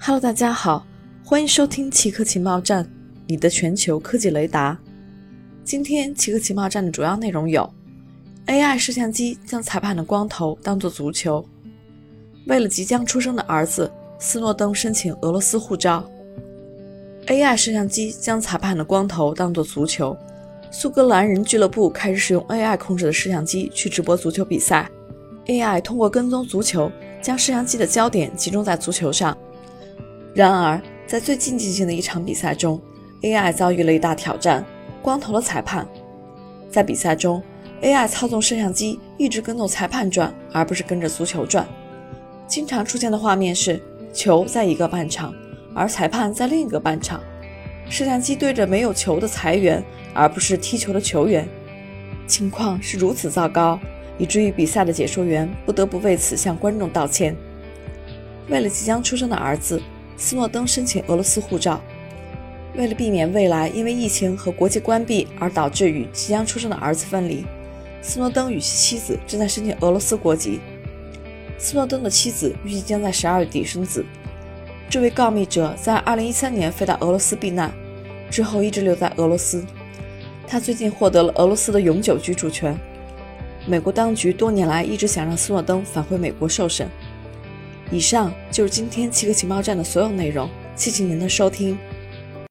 Hello， 大家好，欢迎收听奇科情报站，你的全球科技雷达。今天奇科情报站的主要内容有 AI 摄像机将裁判的光头当作足球，为了即将出生的儿子，斯诺登申请俄罗斯护照。AI 摄像机将裁判的光头当作足球，苏格兰人俱乐部开始使用 AI 控制的摄像机去直播足球比赛。AI 通过跟踪足球，将摄像机的焦点集中在足球上。然而，在最近进行的一场比赛中 ，AI 遭遇了一大挑战——光头的裁判。在比赛中 ，AI 操纵摄像机一直跟踪裁判转，而不是跟着足球转。经常出现的画面是球在一个半场，而裁判在另一个半场。摄像机对着没有球的裁员，而不是踢球的球员。情况是如此糟糕，以至于比赛的解说员不得不为此向观众道歉。为了即将出生的儿子，斯诺登申请俄罗斯护照。为了避免未来因为疫情和国际关闭而导致与即将出生的儿子分离，斯诺登与其妻子正在申请俄罗斯国籍。斯诺登的妻子预计将在12月底生子。这位告密者在2013年飞到俄罗斯避难，之后一直留在俄罗斯。他最近获得了俄罗斯的永久居住权。美国当局多年来一直想让斯诺登返回美国受审。以上就是今天奇科情报站的所有内容，谢谢您的收听。